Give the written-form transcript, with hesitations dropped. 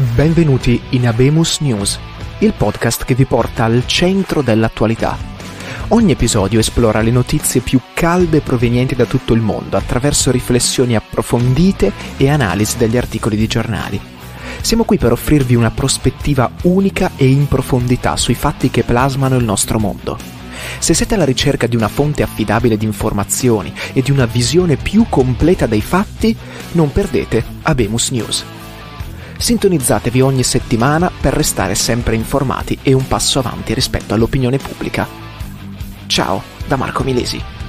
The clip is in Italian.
Benvenuti in Habemus News, il podcast che vi porta al centro dell'attualità. Ogni episodio esplora le notizie più calde provenienti da tutto il mondo attraverso riflessioni approfondite e analisi degli articoli di giornali. Siamo qui per offrirvi una prospettiva unica e in profondità sui fatti che plasmano il nostro mondo. Se siete alla ricerca di una fonte affidabile di informazioni e di una visione più completa dei fatti, non perdete Habemus News. Sintonizzatevi ogni settimana per restare sempre informati e un passo avanti rispetto all'opinione pubblica. Ciao da Marco Milesi.